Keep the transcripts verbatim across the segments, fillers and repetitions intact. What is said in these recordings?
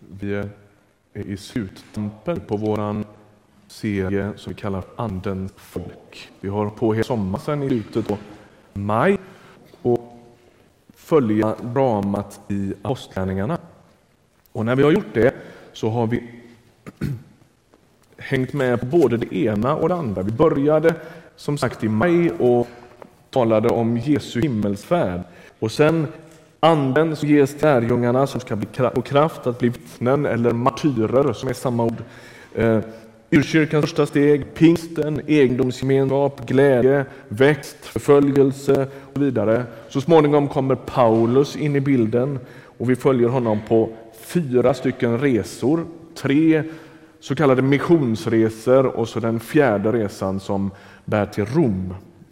Vi är i sluttampen på våran serie som vi kallar Andens folk. Vi har på hela sommaren sedan i slutet av maj och följa dramat i apostlagärningarna. Och när vi har gjort det så har vi hängt med på både det ena och det andra. Vi började som sagt i maj och talade om Jesu himmelsfärd. Och sen anden som ges till lärjungarna som ska bli få kraft att bli vittnen eller martyrer, som är samma ord. Eh, Urkyrkans första steg, pingsten, egendomsgemenskap, glädje, växt, förföljelse och så vidare. Så småningom kommer Paulus in i bilden och vi följer honom på fyra stycken resor. Tre så kallade missionsresor och så den fjärde resan som bär till Rom.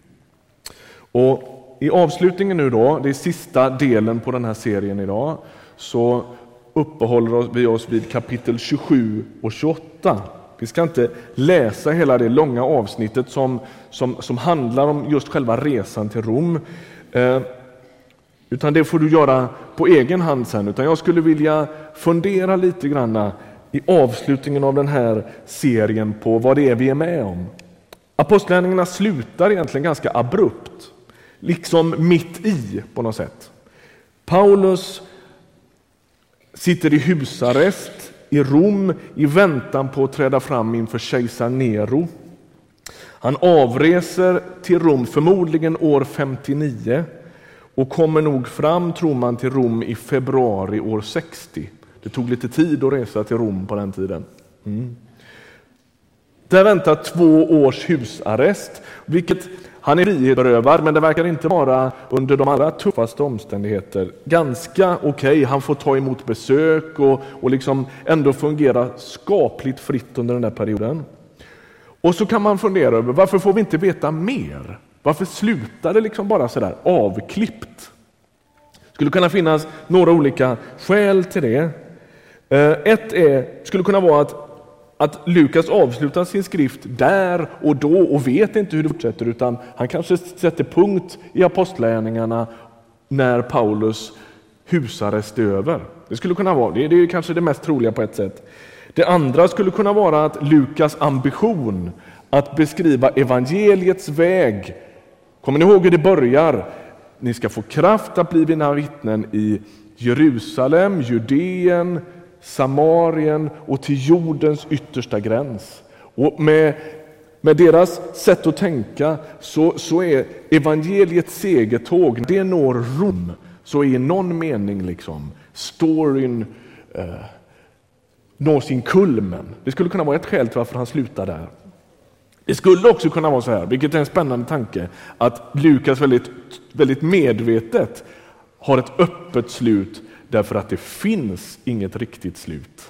Och i avslutningen nu då, det är sista delen på den här serien idag, så uppehåller vi oss vid kapitel tjugosju och tjugoåtta. Vi ska inte läsa hela det långa avsnittet som, som, som handlar om just själva resan till Rom. Eh, utan det får du göra på egen hand sen. Utan jag skulle vilja fundera lite grann i avslutningen av den här serien på vad det är vi är med om. Apostlagärningarna slutar egentligen ganska abrupt. Liksom mitt i på något sätt. Paulus sitter i husarrest i Rom i väntan på att träda fram inför kejsar Nero. Han avreser till Rom förmodligen år femtionio och kommer nog fram, tror man, till Rom i februari år sextio. Det tog lite tid att resa till Rom på den tiden. Mm. Där väntar två års husarrest, vilket han är frihetsberövad, men det verkar inte vara under de allra tuffaste omständigheter. Ganska okej, okay. Han får ta emot besök och, och liksom ändå fungera skapligt fritt under den där perioden. Och så kan man fundera över, varför får vi inte veta mer? Varför slutar det liksom bara sådär avklippt? Skulle kunna finnas några olika skäl till det. Ett är, skulle kunna vara att Att Lukas avslutar sin skrift där och då och vet inte hur det fortsätter, utan han kanske sätter punkt i apostlagärningarna när Paulus husarrest är över. Det skulle kunna vara det. Det är kanske det mest troliga på ett sätt. Det andra skulle kunna vara att Lukas ambition att beskriva evangeliets väg. Kommer ni ihåg hur det börjar? Ni ska få kraft att bli mina vittnen i Jerusalem, Judeen, Samarien och till jordens yttersta gräns. Och med, med deras sätt att tänka så, så är evangeliets segertåg, det når Rom, så i någon mening liksom storyn eh, når sin kulmen. Det skulle kunna vara ett skäl till varför han slutar där. Det skulle också kunna vara så här, vilket är en spännande tanke, att Lukas väldigt, väldigt medvetet har ett öppet slut därför att det finns inget riktigt slut.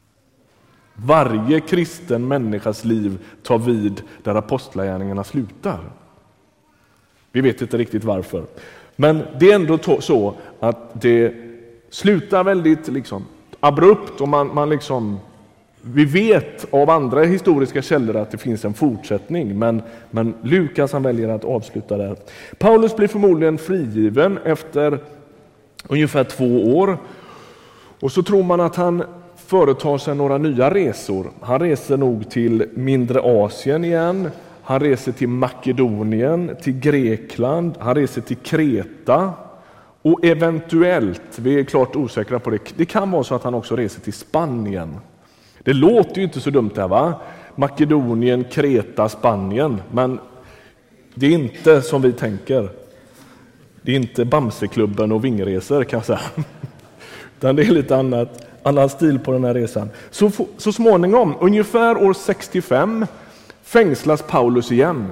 Varje kristen människas liv tar vid där apostlagärningarna slutar. Vi vet inte riktigt varför. Men det är ändå så att det slutar väldigt liksom abrupt och man, man liksom, vi vet av andra historiska källor att det finns en fortsättning, men, men Lukas han väljer att avsluta där. Paulus blir förmodligen frigiven efter ungefär två år. Och så tror man att han företar sig några nya resor. Han reser nog till mindre Asien igen. Han reser till Makedonien, till Grekland. Han reser till Kreta. Och eventuellt, vi är klart osäkra på det, det kan vara så att han också reser till Spanien. Det låter ju inte så dumt här, va? Makedonien, Kreta, Spanien. Men det är inte som vi tänker. Det är inte Bamseklubben och vingresor, kan jag säga. Utan det är lite annat, annan stil på den här resan. Så, så småningom, ungefär år sextiofem, fängslas Paulus igen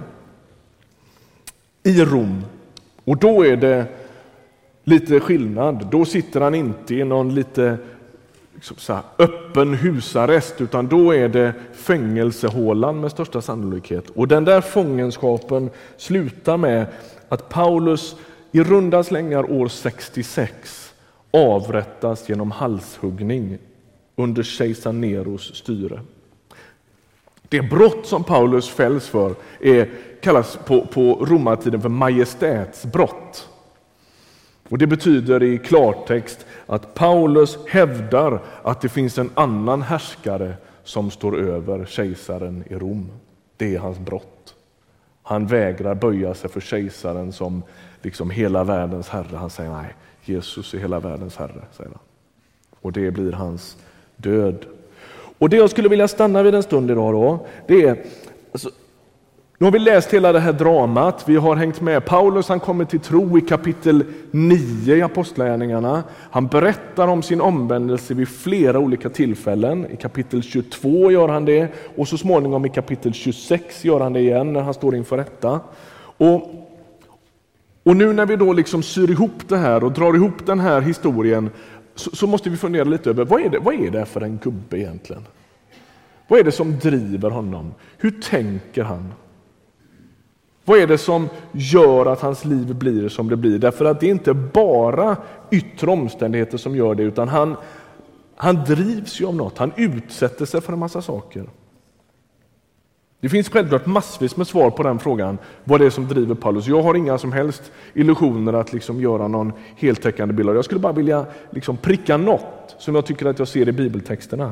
i Rom. Och då är det lite skillnad. Då sitter han inte i någon lite liksom så här, öppen husarrest, utan då är det fängelsehålan med största sannolikhet. Och den där fångenskapen slutar med att Paulus i runda slängar år sextiosex avrättas genom halshuggning under kejsar Neros styre. Det brott som Paulus fälls för är, kallas på, på romartiden för majestätsbrott. Och det betyder i klartext att Paulus hävdar att det finns en annan härskare som står över kejsaren i Rom. Det är hans brott. Han vägrar böja sig för kejsaren som liksom hela världens herre. Han säger nej, Jesus är hela världens herre, säger han. Och det blir hans död. Och det jag skulle vilja stanna vid en stund idag då, det är, alltså, nu har vi läst hela det här dramat, vi har hängt med. Paulus, han kommer till tro i kapitel nio i Apostlagärningarna. Han berättar om sin omvändelse vid flera olika tillfällen. I kapitel tjugotvå gör han det, och så småningom i kapitel tjugosex gör han det igen när han står inför rätta. Och, och nu när vi då liksom syr ihop det här och drar ihop den här historien, så, så måste vi fundera lite över, vad är det, vad är det för en gubbe egentligen? Vad är det som driver honom? Hur tänker han? Vad är det som gör att hans liv blir som det blir? Därför att det är inte bara yttre omständigheter som gör det, utan han, han drivs ju av något. Han utsätter sig för en massa saker. Det finns självklart massvis med svar på den frågan, vad det är som driver Paulus. Jag har inga som helst illusioner att liksom göra någon heltäckande bild. Jag skulle bara vilja liksom pricka något som jag tycker att jag ser i bibeltexterna.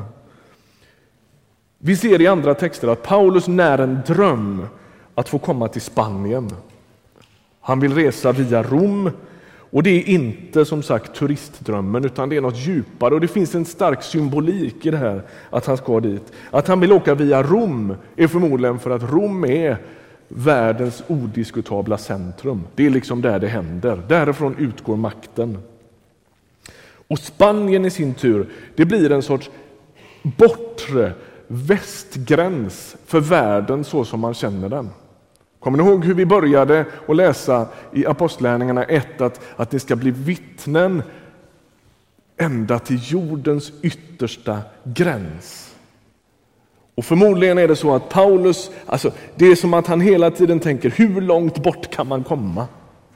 Vi ser i andra texter att Paulus när en dröm att få komma till Spanien. Han vill resa via Rom, och det är inte som sagt turistdrömmen, utan det är något djupare, och det finns en stark symbolik i det här att han ska dit. Att han vill åka via Rom är förmodligen för att Rom är världens odiskutabla centrum. Det är liksom där det händer. Därifrån utgår makten. Och Spanien i sin tur, det blir en sorts bortre västgräns för världen så som man känner den. Kommer ni ihåg hur vi började att läsa i Apostlagärningarna ett att, att det ska bli vittnen ända till jordens yttersta gräns? Och förmodligen är det så att Paulus, alltså det är som att han hela tiden tänker, hur långt bort kan man komma?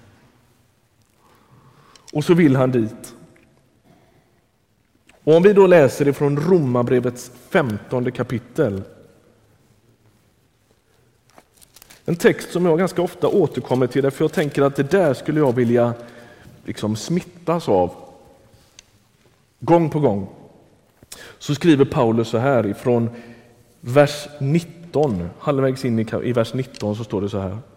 Och så vill han dit. Och om vi då läser ifrån Romarbrevets femtonde kapitel, en text som jag ganska ofta återkommer till, för jag tänker att det där skulle jag vilja liksom smittas av gång på gång. Så skriver Paulus så här ifrån vers nitton, halvvägs in i, i vers nitton så står det så här: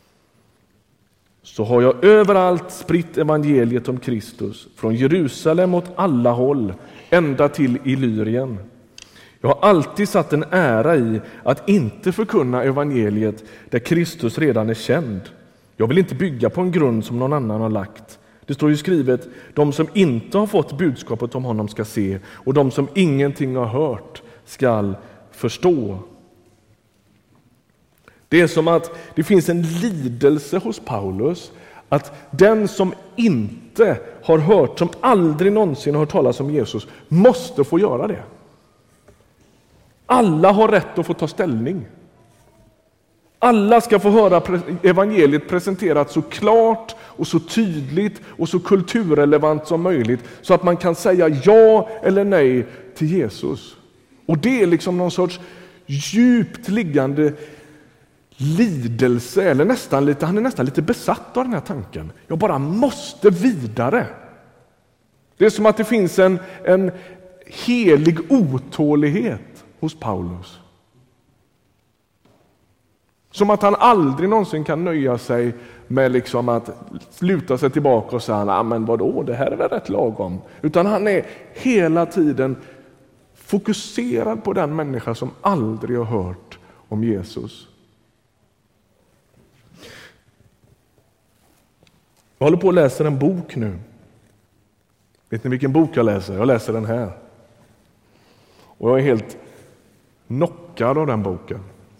så har jag överallt spritt evangeliet om Kristus, från Jerusalem åt alla håll, ända till Illyrien. Jag har alltid satt en ära i att inte förkunna evangeliet där Kristus redan är känd. Jag vill inte bygga på en grund som någon annan har lagt. Det står ju skrivet, de som inte har fått budskapet om honom ska se, och de som ingenting har hört ska förstå. Det är som att det finns en lidelse hos Paulus att den som inte har hört, som aldrig någonsin har hört talas om Jesus, måste få göra det. Alla har rätt att få ta ställning. Alla ska få höra evangeliet presenterat så klart och så tydligt och så kulturrelevant som möjligt, så att man kan säga ja eller nej till Jesus. Och det är liksom någon sorts djupt liggande lidelse, eller nästan lite, han är nästan lite besatt av den här tanken. Jag bara måste vidare. Det är som att det finns en, en helig otålighet hos Paulus. Som att han aldrig någonsin kan nöja sig med liksom att luta sig tillbaka och säga, nej men vadå, det här är väl rätt lagom. Utan han är hela tiden fokuserad på den människa som aldrig har hört om Jesus. Jag håller på att läsa en bok nu. Vet ni vilken bok jag läser? Jag läser den här. Och jag är helt knockad av den boken.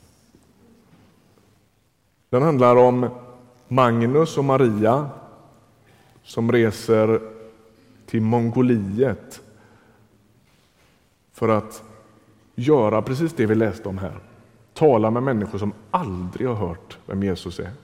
Den handlar om Magnus och Maria som reser till Mongoliet för att göra precis det vi läste om här. Tala med människor som aldrig har hört vem Jesus är.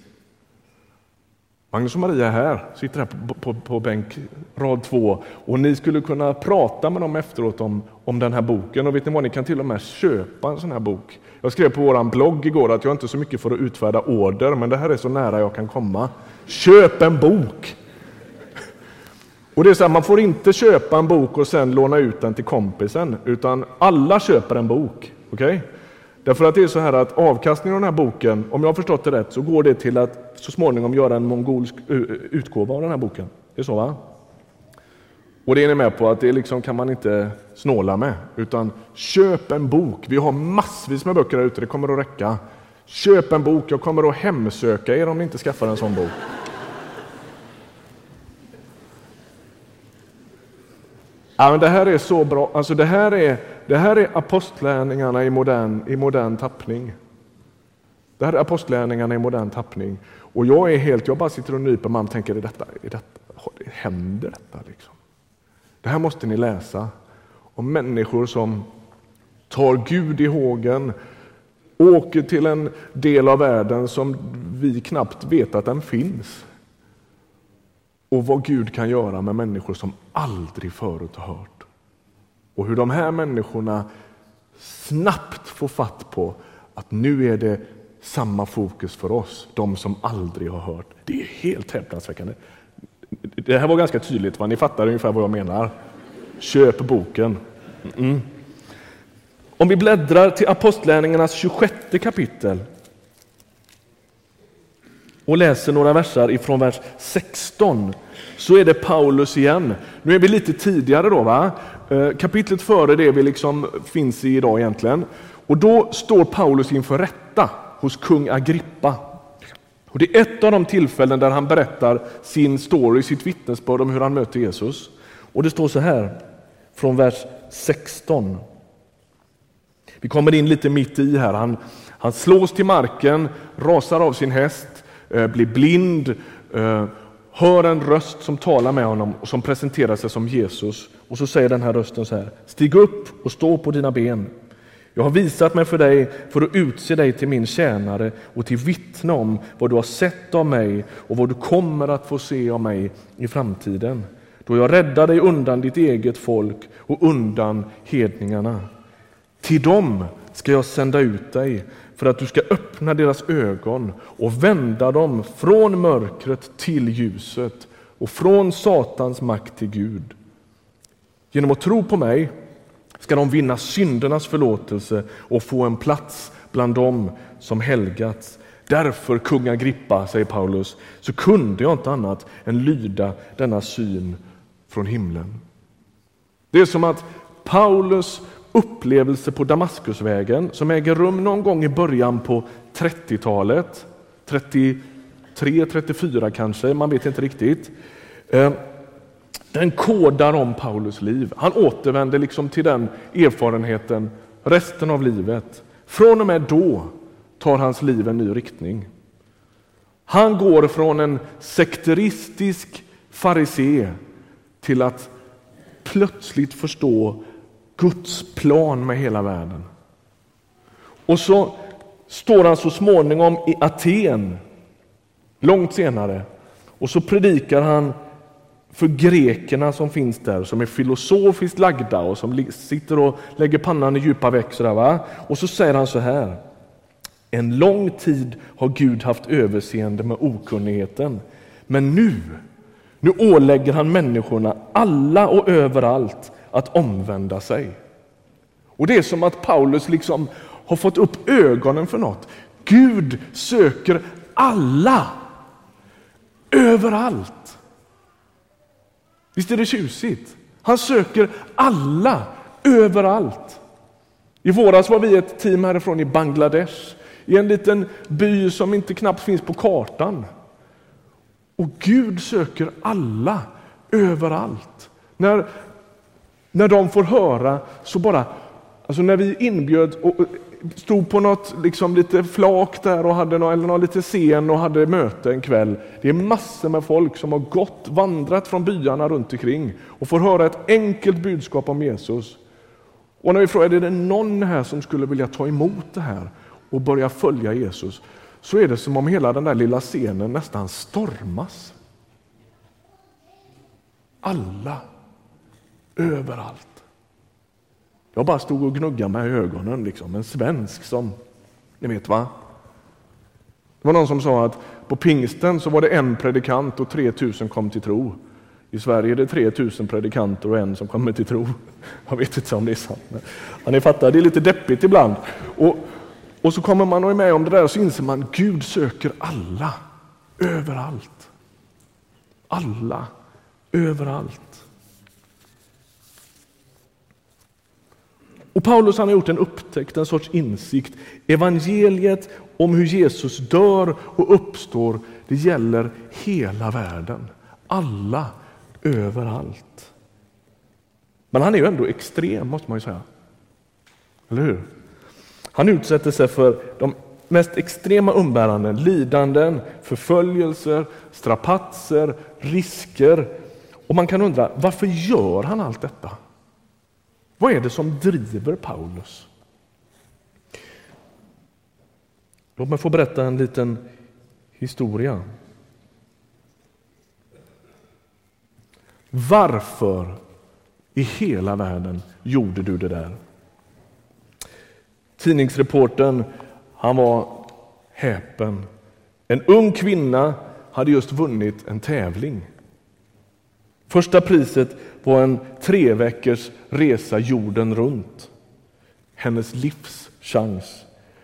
Magnus och Maria är här, sitter här på, på, på bänk rad två, och ni skulle kunna prata med dem efteråt om, om den här boken. Och vet ni vad, ni kan till och med köpa en sån här bok. Jag skrev på våran blogg igår att jag inte är så mycket för att utfärda order, men det här är så nära jag kan komma. Köp en bok! Och det är så här, man får inte köpa en bok och sen låna ut den till kompisen, utan alla köper en bok. Okej? Okay? Därför att det är så här att avkastningen av den här boken, om jag har förstått det rätt, så går det till att så småningom göra en mongolsk utgåva av den här boken. Det är så, va? Och det är ni med på att det liksom kan man inte snåla med, utan köp en bok. Vi har massvis med böcker där ute, det kommer att räcka. Köp en bok, jag kommer att hemsöka er om ni inte skaffar en sån bok. Ja, men det här är så bra. Alltså det här är, det här är apostlärningarna i modern, i modern tappning. Det här är apostlärningarna i modern tappning. Och jag är helt, jag bara sitter och nyper man tänker, är detta, är detta, händer detta liksom? Det här måste ni läsa. Om människor som tar Gud i hågen, åker till en del av världen som vi knappt vet att den finns. Och vad Gud kan göra med människor som aldrig förut har hört. Och hur de här människorna snabbt får fatt på att nu är det samma fokus för oss, de som aldrig har hört. Det är helt häpnadsväckande. Det här var ganska tydligt, va? Ni fattar ungefär vad jag menar. Köp boken. Mm. Om vi bläddrar till apostlärningarnas tjugosjätte kapitel och läser några versar ifrån vers sexton, så är det Paulus igen. Nu är vi lite tidigare då, va? Kapitlet före det vi liksom finns i idag egentligen. Och då står Paulus inför rätta hos kung Agrippa. Och det är ett av de tillfällen där han berättar sin story, sitt vittnesbörd om hur han möter Jesus. Och det står så här från vers sexton. Vi kommer in lite mitt i här. Han, han slås till marken, rasar av sin häst, eh, blir blind, eh, hör en röst som talar med honom och som presenterar sig som Jesus. Och så säger den här rösten så här: stig upp och stå på dina ben. Jag har visat mig för dig för att utse dig till min tjänare och till vittne om vad du har sett av mig och vad du kommer att få se av mig i framtiden. Då jag räddar dig undan ditt eget folk och undan hedningarna. Till dem ska jag sända ut dig för att du ska öppna deras ögon och vända dem från mörkret till ljuset och från Satans makt till Gud. Genom att tro på mig ska de vinna syndernas förlåtelse och få en plats bland dem som helgats. Därför, kung Agrippa, säger Paulus, så kunde jag inte annat än lyda denna syn från himlen. Det är som att Paulus upplevelse på Damaskusvägen, som äger rum någon gång i början på trettiotalet, trettiotre trettiofyra kanske, man vet inte riktigt. Den kodar om Paulus liv. Han återvänder liksom till den erfarenheten resten av livet. Från och med då tar hans liv en ny riktning. Han går från en sekteristisk farisé till att plötsligt förstå Guds plan med hela världen. Och så står han så småningom i Aten, långt senare, och så predikar han för grekerna som finns där, som är filosofiskt lagda och som sitter och lägger pannan i djupa veck sådär, va? Och så säger han så här: en lång tid har Gud haft överseende med okunnigheten, men nu nu ålägger han människorna alla och överallt att omvända sig. Och det är som att Paulus liksom har fått upp ögonen för något. Gud söker alla överallt. Visst är det tjusigt? Han söker alla överallt. I våras var vi ett team härifrån i Bangladesh, i en liten by som inte knappt finns på kartan. Och Gud söker alla överallt. När, när de får höra så bara, alltså när vi inbjöd och stod på något liksom lite flak där och hade någon, eller någon lite scen och hade möte en kväll. Det är massor med folk som har gått, vandrat från byarna runt omkring och får höra ett enkelt budskap om Jesus. Och när vi frågar, är det någon här som skulle vilja ta emot det här och börja följa Jesus, så är det som om hela den där lilla scenen nästan stormas. Alla, överallt. Jag bara stod och gnuggade med ögonen, liksom. En svensk som, ni vet va? Det var någon som sa att på pingsten så var det en predikant och tre tusen kom till tro. I Sverige är det tre tusen predikanter och en som kommer till tro. Jag vet inte om det är sant. Men ni fattar, det är lite deppigt ibland. Och, och så kommer man med om det där och så inser man att Gud söker alla. Överallt. Alla. Överallt. Och Paulus han har gjort en upptäckt, en sorts insikt. Evangeliet om hur Jesus dör och uppstår, det gäller hela världen. Alla, överallt. Men han är ju ändå extrem, måste man ju säga. Eller hur? Han utsätter sig för de mest extrema umbäranden, lidanden, förföljelser, strapatser, risker. Och man kan undra, varför gör han allt detta? Vad är det som driver Paulus? Låt mig få berätta en liten historia. Varför i hela världen gjorde du det där? Tidningsreportern, han var häpen. En ung kvinna hade just vunnit en tävling. Första priset var en tre veckors resa jorden runt. Hennes livs chans.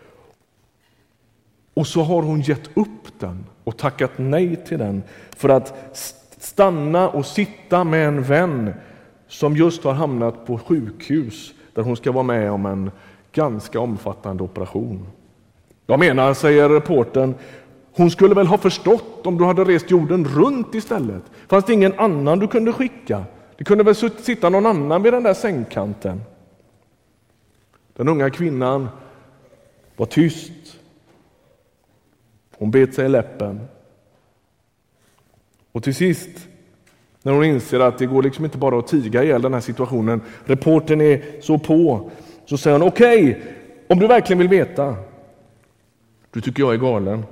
Och så har hon gett upp den och tackat nej till den för att stanna och sitta med en vän som just har hamnat på sjukhus där hon ska vara med om en ganska omfattande operation. Jag menar, säger reportern, hon skulle väl ha förstått om du hade rest jorden runt istället. Fanns det ingen annan du kunde skicka? Det kunde väl sitta någon annan vid den där sängkanten. Den unga kvinnan var tyst. Hon bet sig i läppen. Och till sist, när hon inser att det går liksom inte bara att tiga ihjäl den här situationen, reportern är så på, så säger hon, okej, okay, om du verkligen vill veta, du tycker jag är galen.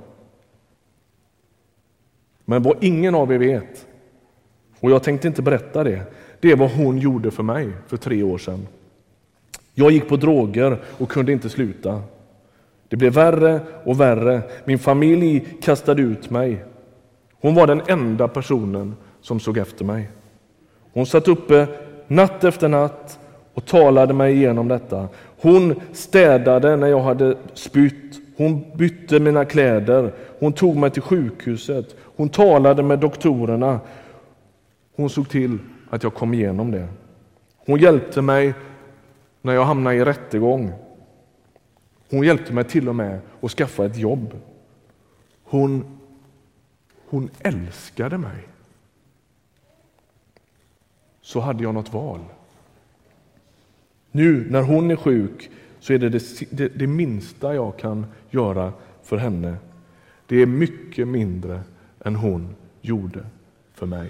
Men vad ingen av er vet, och jag tänkte inte berätta det, det är vad hon gjorde för mig för tre år sedan. Jag gick på droger och kunde inte sluta. Det blev värre och värre. Min familj kastade ut mig. Hon var den enda personen som såg efter mig. Hon satt uppe natt efter natt och talade mig igenom detta. Hon städade när jag hade spytt. Hon bytte mina kläder. Hon tog mig till sjukhuset. Hon talade med doktorerna. Hon såg till att jag kom igenom det. Hon hjälpte mig när jag hamnade i rättegång. Hon hjälpte mig till och med att skaffa ett jobb. Hon, hon älskade mig. Så hade jag något val. Nu när hon är sjuk så är det det, det det minsta jag kan göra för henne. Det är mycket mindre än hon gjorde för mig.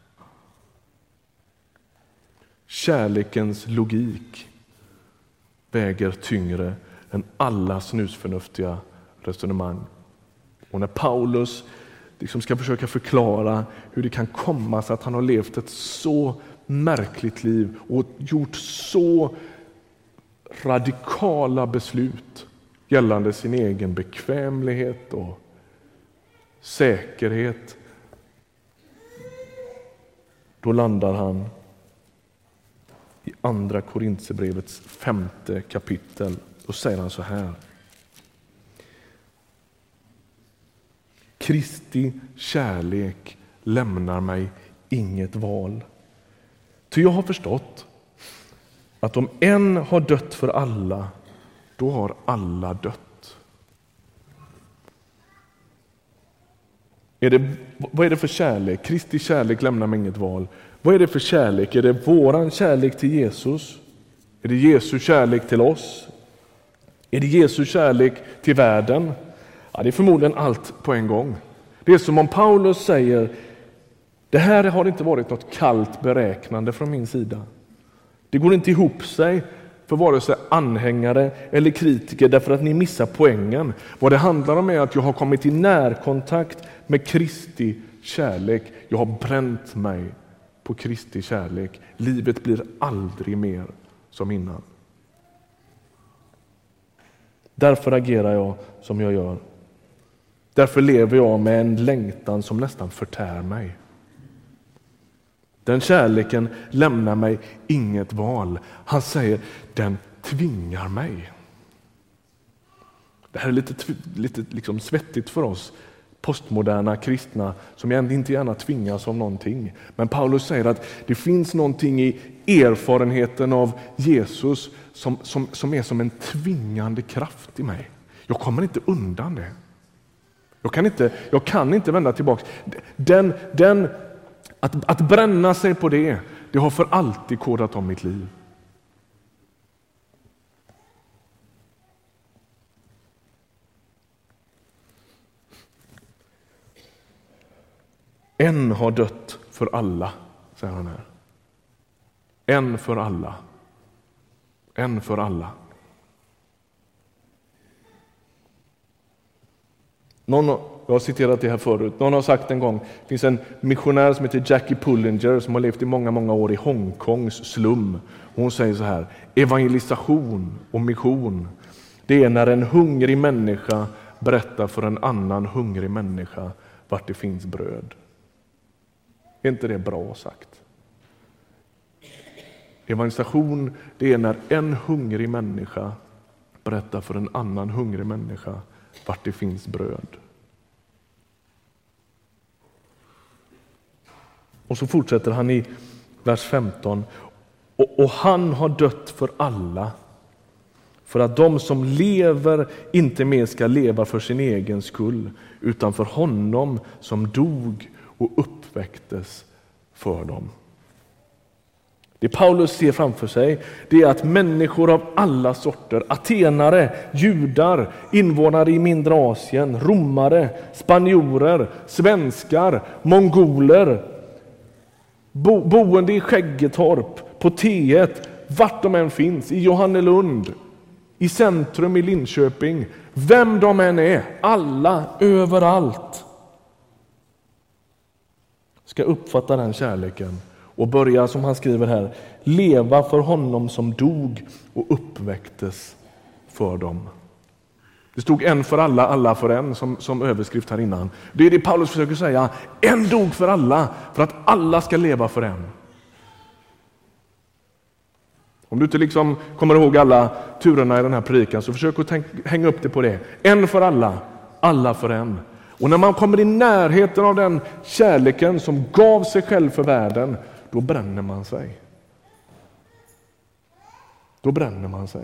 Kärlekens logik väger tyngre än alla snusförnuftiga resonemang. Och när Paulus liksom ska försöka förklara hur det kan komma sig att han har levt ett så märkligt liv och gjort så radikala beslut gällande sin egen bekvämlighet och säkerhet, då landar han i andra Korinthierbrevets femte kapitel. Då säger han så här: Kristi kärlek lämnar mig inget val. Ty jag har förstått att om en har dött för alla, då har alla dött. Är det, vad är det för kärlek? Kristi kärlek lämnar mig inget val. Vad är det för kärlek? Är det våran kärlek till Jesus? Är det Jesu kärlek till oss? Är det Jesu kärlek till världen? Ja, det är förmodligen allt på en gång. Det är som om Paulus säger, det här har inte varit något kallt beräknande från min sida. Det går inte ihop sig för vare sig anhängare eller kritiker därför att ni missar poängen. Vad det handlar om är att jag har kommit i närkontakt med Kristi kärlek. Jag har bränt mig på Kristi kärlek. Livet blir aldrig mer som innan. Därför agerar jag som jag gör. Därför lever jag med en längtan som nästan förtär mig. Den kärleken lämnar mig inget val. Han säger, den tvingar mig. Det här är lite, lite liksom svettigt för oss postmoderna kristna som inte gärna tvingas av någonting. Men Paulus säger att det finns någonting i erfarenheten av Jesus som, som, som är som en tvingande kraft i mig. Jag kommer inte undan det. Jag kan inte, jag kan inte vända tillbaka. Den, den, att, att bränna sig på det, det har för alltid kodat om mitt liv. En har dött för alla, säger han här. En för alla. En för alla. Någon, jag har citerat det här förut. Någon har sagt en gång, det finns en missionär som heter Jackie Pullinger som har levt i många, många år i Hongkongs slum. Hon säger så här, evangelisation och mission, det är när en hungrig människa berättar för en annan hungrig människa vart det finns bröd. Är inte det bra sagt? Evangelisation, det är när en hungrig människa berättar för en annan hungrig människa vart det finns bröd. Och så fortsätter han i vers femton. Och, och han har dött för alla, för att de som lever inte mer ska leva för sin egen skull, utan för honom som dog och uppväcktes för dem. Det Paulus ser framför sig, det är att människor av alla sorter, atenare, judar, invånare i mindre Asien, romare, spanjorer, svenskar, mongoler, bo, boende i Skäggetorp, på T ett, vart de än finns, i Johannelund, i centrum i Linköping, vem de än är, alla, överallt, ska uppfatta den kärleken och börja, som han skriver här, leva för honom som dog och uppväcktes för dem. Det stod en för alla, alla för en som, som överskrift här innan. Det är det Paulus försöker säga. En dog för alla, för att alla ska leva för en. Om du inte liksom kommer ihåg alla turerna i den här predikan, så försök att tänk, hänga upp det på det. En för alla, alla för en. Och när man kommer i närheten av den kärleken som gav sig själv för världen, då bränner man sig. Då bränner man sig.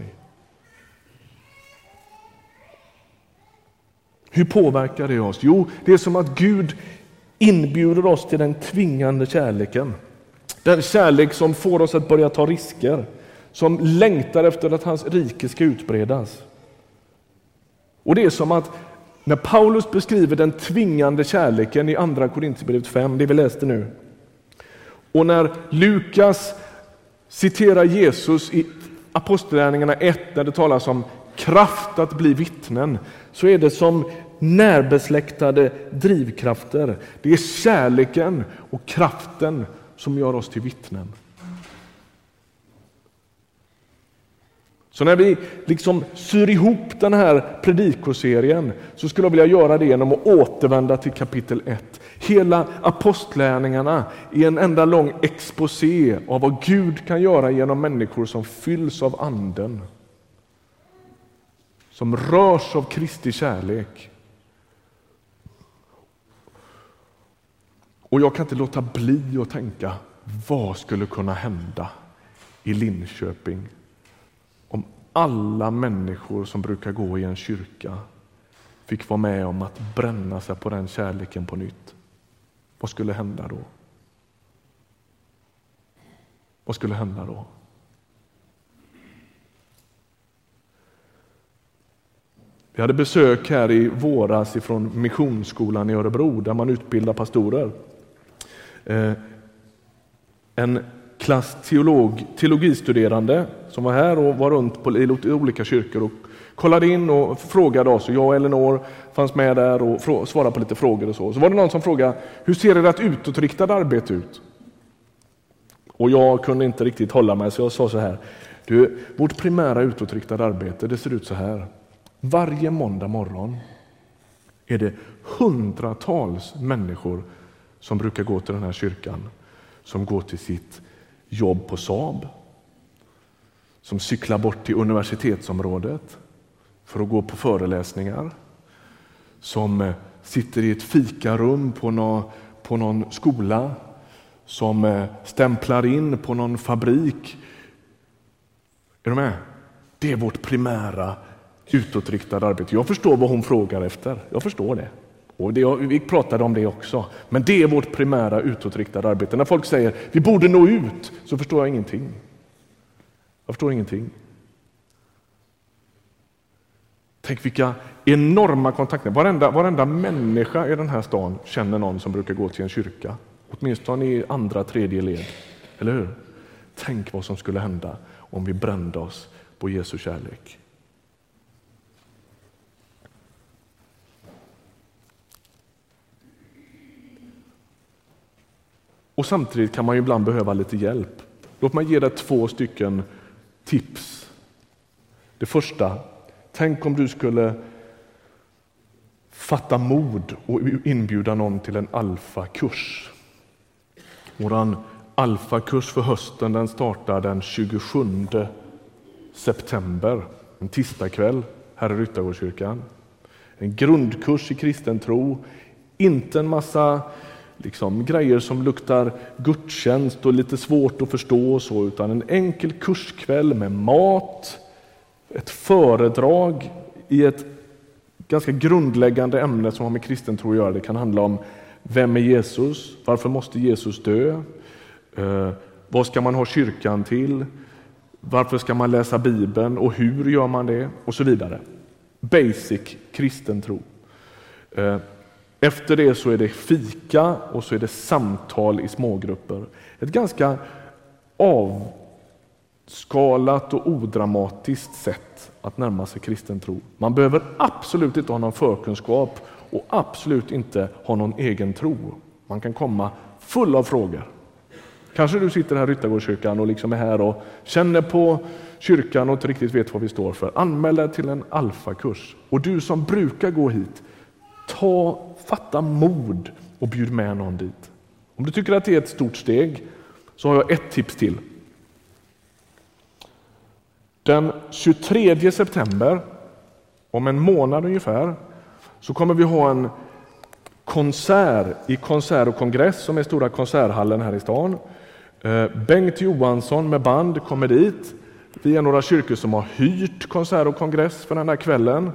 Hur påverkar det oss? Jo, det är som att Gud inbjuder oss till den tvingande kärleken. Den kärlek som får oss att börja ta risker, som längtar efter att hans rike ska utbredas. Och det är som att när Paulus beskriver den tvingande kärleken i andra Korinthierbrevet fem, det vi läste nu, och när Lukas citerar Jesus i Apostlagärningarna ett, där det talas om kraft att bli vittnen, så är det som närbesläktade drivkrafter. Det är kärleken och kraften som gör oss till vittnen. Så när vi liksom syr ihop den här predikoserien, så skulle jag vilja göra det genom att återvända till kapitel ett. Hela apostlärningarna är en enda lång exposé av vad Gud kan göra genom människor som fylls av anden, som rörs av Kristi kärlek. Och jag kan inte låta bli att tänka, vad skulle kunna hända i Linköping om alla människor som brukar gå i en kyrka fick vara med om att bränna sig på den kärleken på nytt? Vad skulle hända då? Vad skulle hända då? Vi hade besök här i våras ifrån Missionsskolan i Örebro, där man utbildar pastorer. Eh, en klass teolog, teologistuderande som var här och var runt på i olika kyrkor och kollade in och frågade oss. Och jag och Elinor fanns med där och frå, svarade på lite frågor och så. Så var det någon som frågade, hur ser ert utåtriktade arbete ut? Och jag kunde inte riktigt hålla mig, så jag sa så här: du, vårt primära utåtriktade arbete, det ser ut så här. Varje måndag morgon är det hundratals människor som brukar gå till den här kyrkan, som går till sitt jobb på Saab, som cyklar bort till universitetsområdet för att gå på föreläsningar, som sitter i ett fikarum på någon, på någon skola, som stämplar in på någon fabrik. Är du med? Det är vårt primära utåtriktade arbete. Jag förstår vad hon frågar efter. Jag förstår det. Och det, vi pratade om det också. Men det är vårt primära utåtriktade arbete. När folk säger vi borde nå ut, så förstår jag ingenting. Jag förstår ingenting. Tänk vilka enorma kontakter. Varenda, varenda människa i den här stan känner någon som brukar gå till en kyrka. Åtminstone i andra, tredje led. Eller hur? Tänk vad som skulle hända om vi brände oss på Jesu kärlek. Och samtidigt kan man ju ibland behöva lite hjälp. Låt mig ge dig två stycken tips. Det första, tänk om du skulle fatta mod och inbjuda någon till en alfakurs. Våran alfakurs för hösten, den startar den tjugosjunde september, en tisdagkväll här i Ryttargårdskyrkan. En grundkurs i kristen tro, inte en massa liksom grejer som luktar gudstjänst och lite svårt att förstå och så, utan en enkel kurskväll med mat, ett föredrag i ett ganska grundläggande ämne som har med kristen tro att göra. Det kan handla om vem är Jesus? Varför måste Jesus dö? Eh, vad ska man ha kyrkan till? Varför ska man läsa Bibeln och hur gör man det? Och så vidare. Basic kristen tro. Eh, efter det så är det fika och så är det samtal i smågrupper. Ett ganska avskalat och odramatiskt sätt att närma sig kristen tro. Man behöver absolut inte ha någon förkunskap och absolut inte ha någon egen tro. Man kan komma full av frågor. Kanske du sitter här i Ryttargårdskyrkan och liksom är här och känner på kyrkan och inte riktigt vet vad vi står för. Anmäl dig till en alfakurs. Och du som brukar gå hit, ta, fatta mod och bjud med någon dit. Om du tycker att det är ett stort steg så har jag ett tips till. Den tjugotredje september, om en månad ungefär, så kommer vi ha en konsert i Konsert och kongress som är stora konserthallen här i stan. Bengt Johansson med band kommer dit. Vi är några kyrkor som har hyrt Konsert och kongress för den här kvällen.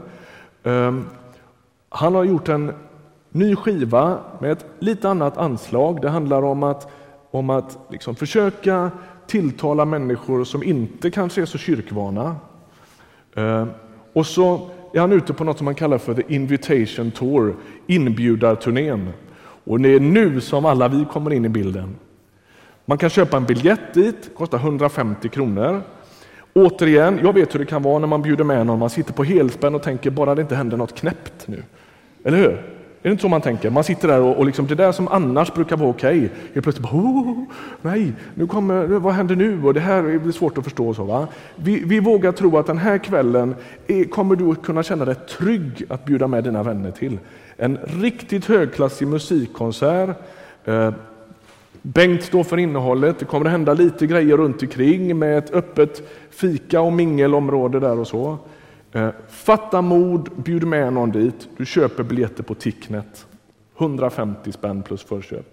Han har gjort en ny skiva med ett lite annat anslag. Det handlar om att, om att liksom försöka tilltala människor som inte kanske är så kyrkvana. Och så är han ute på något som man kallar för The Invitation Tour, inbjudarturnén. Och det är nu som alla vi kommer in i bilden. Man kan köpa en biljett dit, kostar hundrafemtio kronor. Återigen, jag vet hur det kan vara när man bjuder med någon. Man sitter på helspänn och tänker bara det inte händer något knäppt nu. Eller hur? Är det inte så man tänker? Man sitter där och, och liksom det där som annars brukar vara okej. Är plötsligt bara, oh, nej, nu kommer, vad händer nu? Och det här blir svårt att förstå. Så, va? Vi, vi vågar tro att den här kvällen är, kommer du att kunna känna dig trygg att bjuda med dina vänner till. En riktigt högklassig musikkonsert. Eh, Bengt står för innehållet. Det kommer att hända lite grejer runt omkring med ett öppet fika- och mingelområde där och så. Eh, fatta mod, bjud med någon dit. Du köper biljetter på Ticknet. hundrafemtio spänn plus förköp.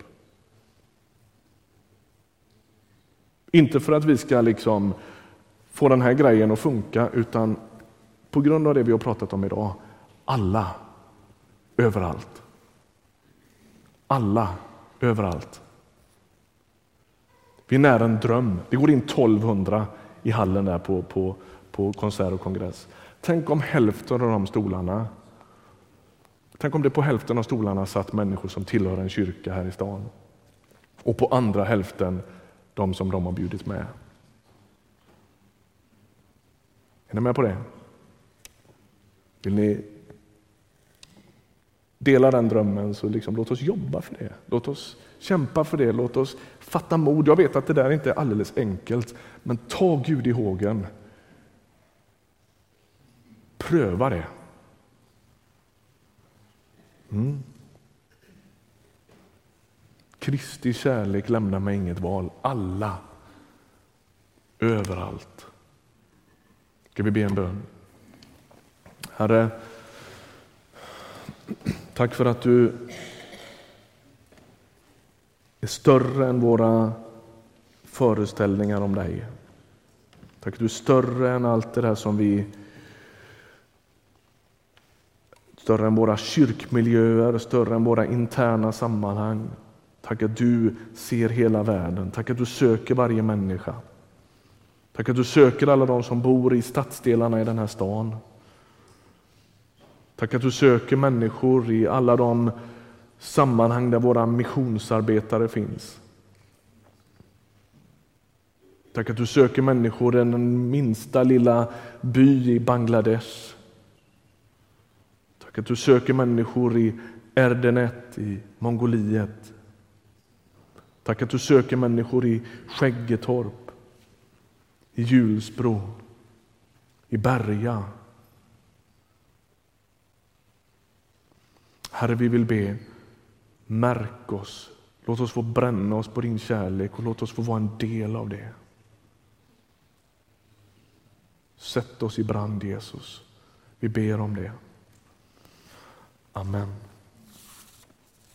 Inte för att vi ska liksom få den här grejen att funka, utan på grund av det vi har pratat om idag. Alla, överallt. Alla, överallt. Vi är nära en dröm. Det går in tolvhundra i hallen där på, på, på konsert och kongress. Tänk om hälften av de stolarna, tänk om det på hälften av stolarna satt människor som tillhör en kyrka här i stan. Och på andra hälften de som de har bjudit med. Är ni med på det? Vill ni dela den drömmen, så liksom, låt oss jobba för det. Låt oss kämpa för det. Låt oss fatta mod. Jag vet att det där inte är alldeles enkelt, men ta Gud i hågen. Pröva det. Kristi kärlek lämnar mig inget val. Alla, överallt. Ska vi be en bön? Herre, tack för att du är större än våra föreställningar om dig. Tack att du är större än allt det där som vi... Större än våra kyrkmiljöer, större än våra interna sammanhang. Tack att du ser hela världen. Tack att du söker varje människa. Tack att du söker alla de som bor i stadsdelarna i den här stan. Tack att du söker människor i alla de sammanhang där våra missionsarbetare finns. Tack att du söker människor i den minsta lilla by i Bangladesh. Tack att du söker människor i Erdenet i Mongoliet. Tack att du söker människor i Skäggetorp, i Hjulsbro, i Berga. Herre, vi vill be, märk oss. Låt oss få bränna oss på din kärlek och låt oss få vara en del av det. Sätt oss i brand, Jesus. Vi ber om det. Amen.